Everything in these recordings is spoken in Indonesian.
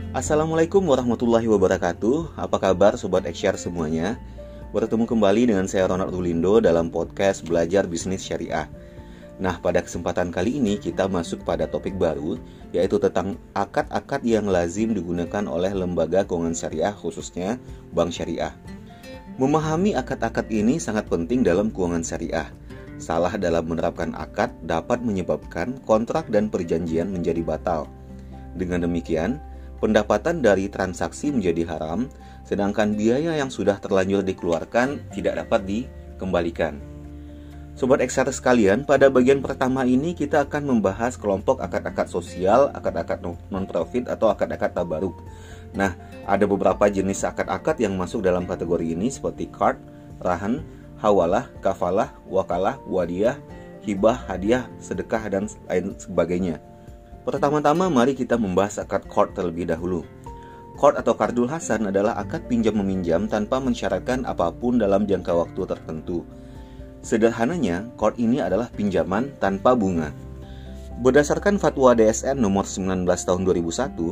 Assalamualaikum warahmatullahi wabarakatuh. Apa kabar Sobat Eksyar semuanya? Bertemu kembali dengan saya Ronald Rulindo dalam podcast Belajar Bisnis Syariah. Nah, pada kesempatan kali ini kita masuk pada topik baru, yaitu tentang akad-akad yang lazim digunakan oleh lembaga keuangan syariah, khususnya bank syariah. Memahami akad-akad ini sangat penting dalam keuangan syariah. Salah dalam menerapkan akad dapat menyebabkan kontrak dan perjanjian menjadi batal. Dengan demikian, pendapatan dari transaksi menjadi haram, sedangkan biaya yang sudah terlanjur dikeluarkan tidak dapat dikembalikan. Sobat Eksyar sekalian, pada bagian pertama ini kita akan membahas kelompok akad-akad sosial, akad-akad non-profit atau akad-akad tabaruk. Nah, ada beberapa jenis akad-akad yang masuk dalam kategori ini seperti qard, rahan, hawalah, kafalah, wakalah, wadiyah, hibah, hadiah, sedekah, dan lain sebagainya. Pertama-tama mari kita membahas akad qard terlebih dahulu. Qard atau qardul hasan adalah akad pinjam-meminjam tanpa mensyaratkan apapun dalam jangka waktu tertentu. Sederhananya, qard ini adalah pinjaman tanpa bunga. Berdasarkan Fatwa DSN nomor 19 tahun 2001,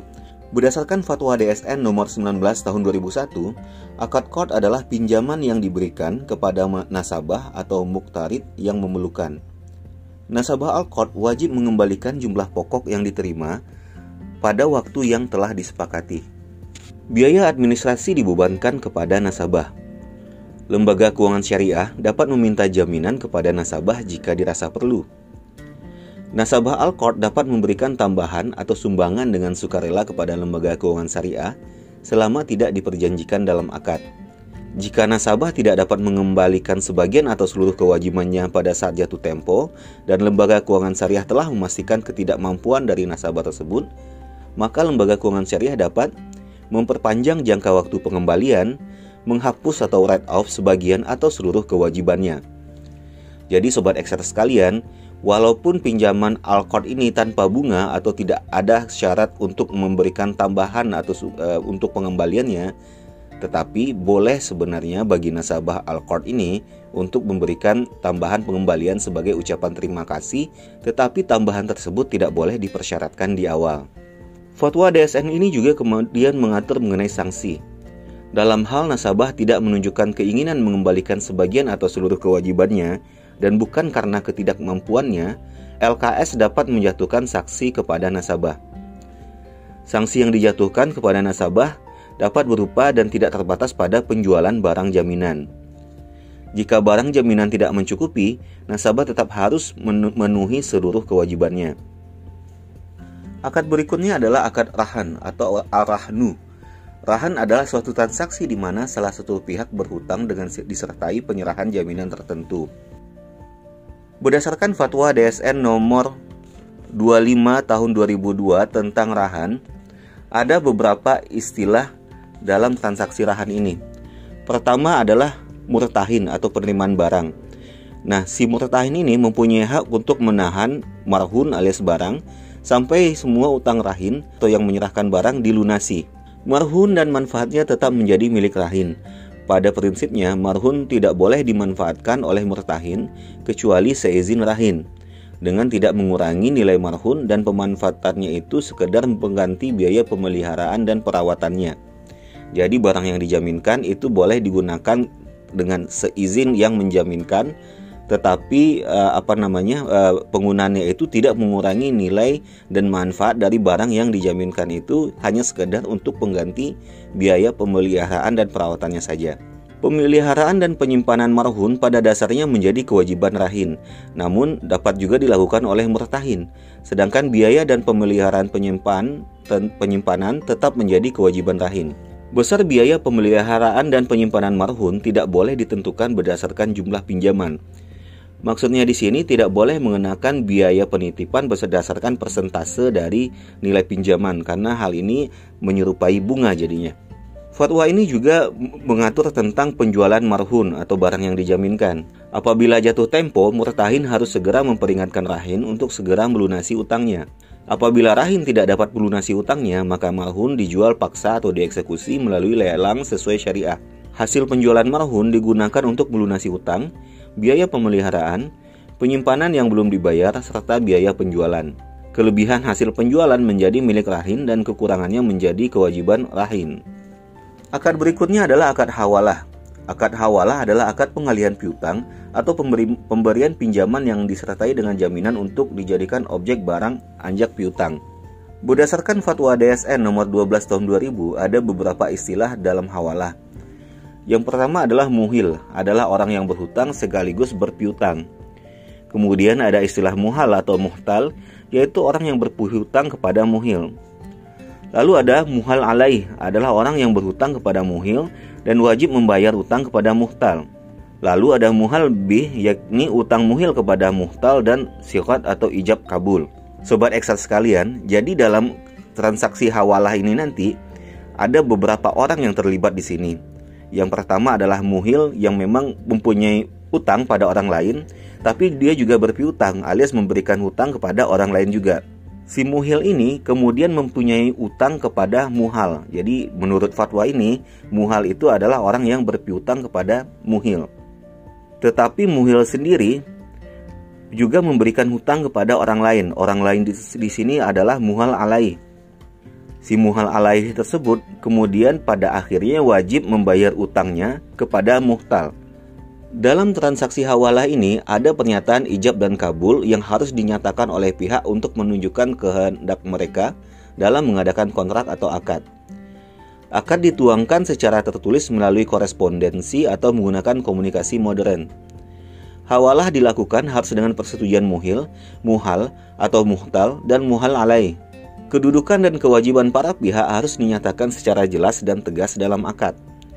akad qard adalah pinjaman yang diberikan kepada nasabah atau muqtarid yang memerlukan. Nasabah al-qard wajib mengembalikan jumlah pokok yang diterima pada waktu yang telah disepakati. Biaya administrasi dibebankan kepada nasabah. Lembaga keuangan syariah dapat meminta jaminan kepada nasabah jika dirasa perlu. Nasabah al-qard dapat memberikan tambahan atau sumbangan dengan sukarela kepada lembaga keuangan syariah selama tidak diperjanjikan dalam akad. Jika nasabah tidak dapat mengembalikan sebagian atau seluruh kewajibannya pada saat jatuh tempo dan lembaga keuangan syariah telah memastikan ketidakmampuan dari nasabah tersebut, maka lembaga keuangan syariah dapat memperpanjang jangka waktu pengembalian, menghapus atau write off sebagian atau seluruh kewajibannya. Jadi Sobat Eksyar sekalian, walaupun pinjaman al-qard ini tanpa bunga atau tidak ada syarat untuk memberikan tambahan atau untuk pengembaliannya, tetapi boleh sebenarnya bagi nasabah al-qard ini untuk memberikan tambahan pengembalian sebagai ucapan terima kasih, tetapi tambahan tersebut tidak boleh dipersyaratkan di awal. Fatwa DSN ini juga kemudian mengatur mengenai sanksi. Dalam hal nasabah tidak menunjukkan keinginan mengembalikan sebagian atau seluruh kewajibannya dan bukan karena ketidakmampuannya, LKS dapat menjatuhkan sanksi kepada nasabah. Sanksi yang dijatuhkan kepada nasabah dapat berupa dan tidak terbatas pada penjualan barang jaminan. Jika barang jaminan tidak mencukupi, nasabah tetap harus memenuhi seluruh kewajibannya. Akad berikutnya adalah akad rahan atau ar-rahnu. Rahan adalah suatu transaksi di mana salah satu pihak berhutang dengan disertai penyerahan jaminan tertentu. Berdasarkan Fatwa DSN nomor 25 tahun 2002 tentang rahan, ada beberapa istilah dalam transaksi rahan ini. Pertama adalah murtahin atau penerimaan barang. Nah, si murtahin ini mempunyai hak untuk menahan marhun alias barang sampai semua utang rahin atau yang menyerahkan barang dilunasi. Marhun dan manfaatnya tetap menjadi milik rahin. Pada prinsipnya, marhun tidak boleh dimanfaatkan oleh murtahin kecuali seizin rahin, dengan tidak mengurangi nilai marhun, dan pemanfaatannya itu sekedar pengganti biaya pemeliharaan dan perawatannya. Jadi barang yang dijaminkan itu boleh digunakan dengan seizin yang menjaminkan, tetapi penggunaannya itu tidak mengurangi nilai dan manfaat dari barang yang dijaminkan itu, hanya sekedar untuk pengganti biaya pemeliharaan dan perawatannya saja. Pemeliharaan dan penyimpanan marhun pada dasarnya menjadi kewajiban rahin, namun dapat juga dilakukan oleh murtahin. Sedangkan biaya dan pemeliharaan penyimpanan tetap menjadi kewajiban rahin. Besar biaya pemeliharaan dan penyimpanan marhun tidak boleh ditentukan berdasarkan jumlah pinjaman. Maksudnya di sini tidak boleh mengenakan biaya penitipan berdasarkan persentase dari nilai pinjaman, karena hal ini menyerupai bunga jadinya. Fatwa ini juga mengatur tentang penjualan marhun atau barang yang dijaminkan. Apabila jatuh tempo, murtahin harus segera memperingatkan rahin untuk segera melunasi utangnya. Apabila rahin tidak dapat melunasi utangnya, maka marhun dijual paksa atau dieksekusi melalui lelang sesuai syariah. Hasil penjualan marhun digunakan untuk melunasi utang, biaya pemeliharaan, penyimpanan yang belum dibayar, serta biaya penjualan. Kelebihan hasil penjualan menjadi milik rahin dan kekurangannya menjadi kewajiban rahin. Akad berikutnya adalah akad hawalah. Akad hawalah adalah akad pengalihan piutang atau pemberian pinjaman yang disertai dengan jaminan untuk dijadikan objek barang anjak piutang. Berdasarkan Fatwa DSN nomor 12 tahun 2000, ada beberapa istilah dalam hawalah. Yang pertama adalah muhil, adalah orang yang berhutang sekaligus berpiutang. Kemudian ada istilah muhal atau muhtal, yaitu orang yang berpiutang kepada muhil. Lalu ada muhal alaih, adalah orang yang berhutang kepada muhil dan wajib membayar utang kepada muhtal. Lalu ada muhal bih, yakni utang muhil kepada muhtal dan siqat atau ijab kabul. Sobat Eksat sekalian, jadi dalam transaksi hawalah ini nanti ada beberapa orang yang terlibat di sini. Yang pertama adalah muhil yang memang mempunyai utang pada orang lain, tapi dia juga berpiutang alias memberikan hutang kepada orang lain juga. Si muhil ini kemudian mempunyai utang kepada muhal. Jadi menurut fatwa ini, muhal itu adalah orang yang berpiutang kepada muhil. Tetapi muhil sendiri juga memberikan hutang kepada orang lain. Orang lain di sini adalah muhal alaih. Si muhal alaih tersebut kemudian pada akhirnya wajib membayar utangnya kepada muhtal. Dalam transaksi hawalah ini ada pernyataan ijab dan kabul yang harus dinyatakan oleh pihak untuk menunjukkan kehendak mereka dalam mengadakan kontrak atau akad. Akad dituangkan secara tertulis melalui korespondensi atau menggunakan komunikasi modern. Hawalah dilakukan harus dengan persetujuan muhil, muhal atau muhtal, dan muhal alaih. Kedudukan dan kewajiban para pihak harus dinyatakan secara jelas dan tegas dalam akad.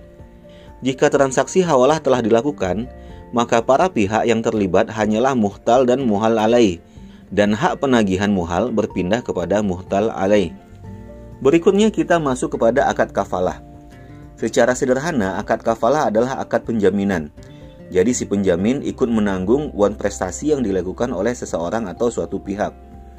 Jika transaksi hawalah telah dilakukan, maka para pihak yang terlibat hanyalah muhtal dan muhal alaih, dan hak penagihan muhal berpindah kepada muhtal alaih. Berikutnya kita masuk kepada akad kafalah. Secara sederhana, akad kafalah adalah akad penjaminan. Jadi si penjamin ikut menanggung uang prestasi yang dilakukan oleh seseorang atau suatu pihak.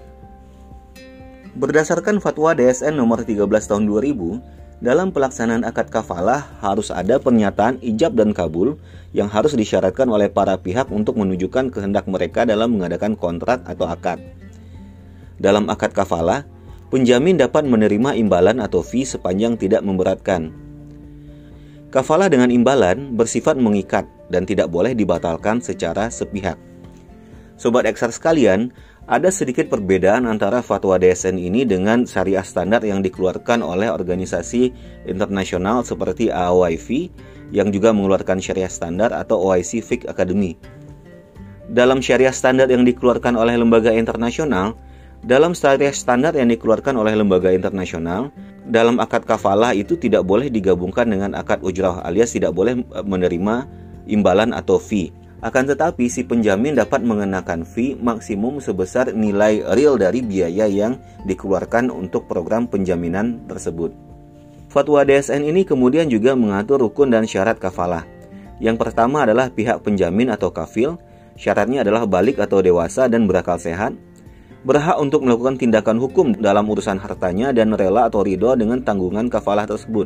Berdasarkan Fatwa DSN nomor 13 tahun 2000, dalam pelaksanaan akad kafalah harus ada pernyataan ijab dan kabul yang harus disyaratkan oleh para pihak untuk menunjukkan kehendak mereka dalam mengadakan kontrak atau akad. Dalam akad kafalah, penjamin dapat menerima imbalan atau fee sepanjang tidak memberatkan. Kafalah dengan imbalan bersifat mengikat dan tidak boleh dibatalkan secara sepihak. Sobat Eksat sekalian, ada sedikit perbedaan antara fatwa DSN ini dengan syariah standar yang dikeluarkan oleh organisasi internasional seperti AOIV yang juga mengeluarkan syariah standar atau OIC Fiqh Academy. Dalam syariah standar yang dikeluarkan oleh lembaga internasional, dalam syariah standar yang dikeluarkan oleh lembaga internasional, dalam akad kafalah itu tidak boleh digabungkan dengan akad ujrah alias tidak boleh menerima imbalan atau fee. Akan tetapi si penjamin dapat mengenakan fee maksimum sebesar nilai real dari biaya yang dikeluarkan untuk program penjaminan tersebut. Fatwa DSN ini kemudian juga mengatur rukun dan syarat kafalah. Yang pertama adalah pihak penjamin atau kafil. Syaratnya adalah balik atau dewasa dan berakal sehat, berhak untuk melakukan tindakan hukum dalam urusan hartanya dan rela atau ridho dengan tanggungan kafalah tersebut.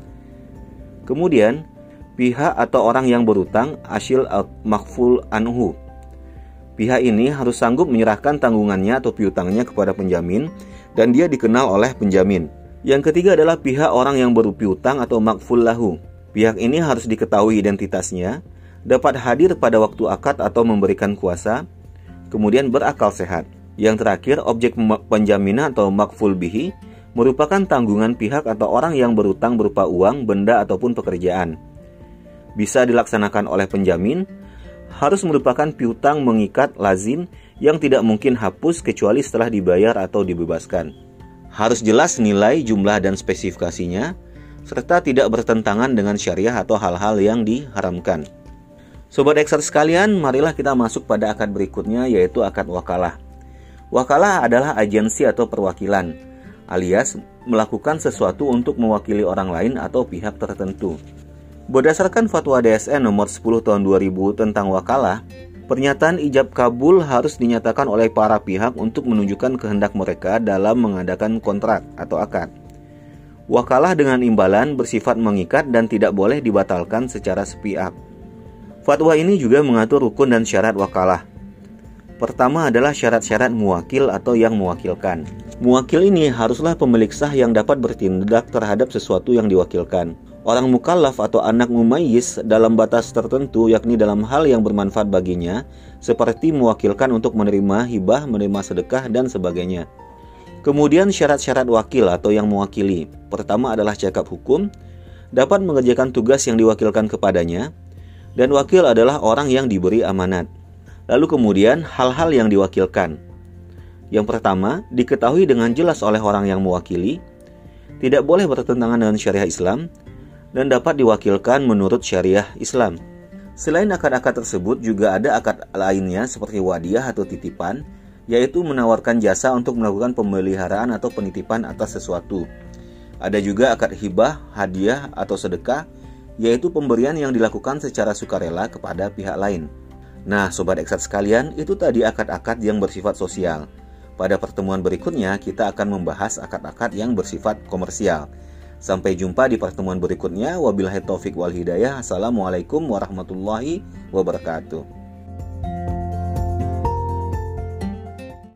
Kemudian, pihak atau orang yang berutang asyil al-makful anhu. Pihak ini harus sanggup menyerahkan tanggungannya atau piutangnya kepada penjamin dan dia dikenal oleh penjamin. Yang ketiga adalah pihak orang yang berpiutang atau makful lahu. Pihak ini harus diketahui identitasnya, dapat hadir pada waktu akad atau memberikan kuasa, kemudian berakal sehat. Yang terakhir, objek penjaminan atau makful bihi merupakan tanggungan pihak atau orang yang berutang berupa uang, benda, ataupun pekerjaan. Bisa dilaksanakan oleh penjamin, harus merupakan piutang mengikat lazim yang tidak mungkin hapus kecuali setelah dibayar atau dibebaskan. Harus jelas nilai, jumlah, dan spesifikasinya, serta tidak bertentangan dengan syariah atau hal-hal yang diharamkan. Sobat Eksat sekalian, marilah kita masuk pada akad berikutnya, yaitu akad wakalah. Wakalah adalah agensi atau perwakilan, alias melakukan sesuatu untuk mewakili orang lain atau pihak tertentu. Berdasarkan Fatwa DSN nomor 10 tahun 2000 tentang wakalah, pernyataan ijab kabul harus dinyatakan oleh para pihak untuk menunjukkan kehendak mereka dalam mengadakan kontrak atau akad. Wakalah dengan imbalan bersifat mengikat dan tidak boleh dibatalkan secara sepihak. Fatwa ini juga mengatur rukun dan syarat wakalah. Pertama adalah syarat-syarat muwakil atau yang mewakilkan. Muwakil ini haruslah pemilik sah yang dapat bertindak terhadap sesuatu yang diwakilkan. Orang mukallaf atau anak mumayyiz dalam batas tertentu, yakni dalam hal yang bermanfaat baginya, seperti mewakilkan untuk menerima hibah, menerima sedekah, dan sebagainya. Kemudian syarat-syarat wakil atau yang mewakili. Pertama adalah cakap hukum, dapat mengerjakan tugas yang diwakilkan kepadanya, dan wakil adalah orang yang diberi amanat. Lalu kemudian hal-hal yang diwakilkan. Yang pertama, diketahui dengan jelas oleh orang yang mewakili, tidak boleh bertentangan dengan syariah Islam, dan dapat diwakilkan menurut syariah Islam. Selain akad-akad tersebut, juga ada akad lainnya seperti wadiah atau titipan, yaitu menawarkan jasa untuk melakukan pemeliharaan atau penitipan atas sesuatu. Ada juga akad hibah, hadiah, atau sedekah, yaitu pemberian yang dilakukan secara sukarela kepada pihak lain. Nah, Sobat Eksat sekalian, itu tadi akad-akad yang bersifat sosial. Pada pertemuan berikutnya, kita akan membahas akad-akad yang bersifat komersial. Sampai jumpa di pertemuan berikutnya. Wabillahi taufik wal hidayah. Assalamualaikum warahmatullahi wabarakatuh.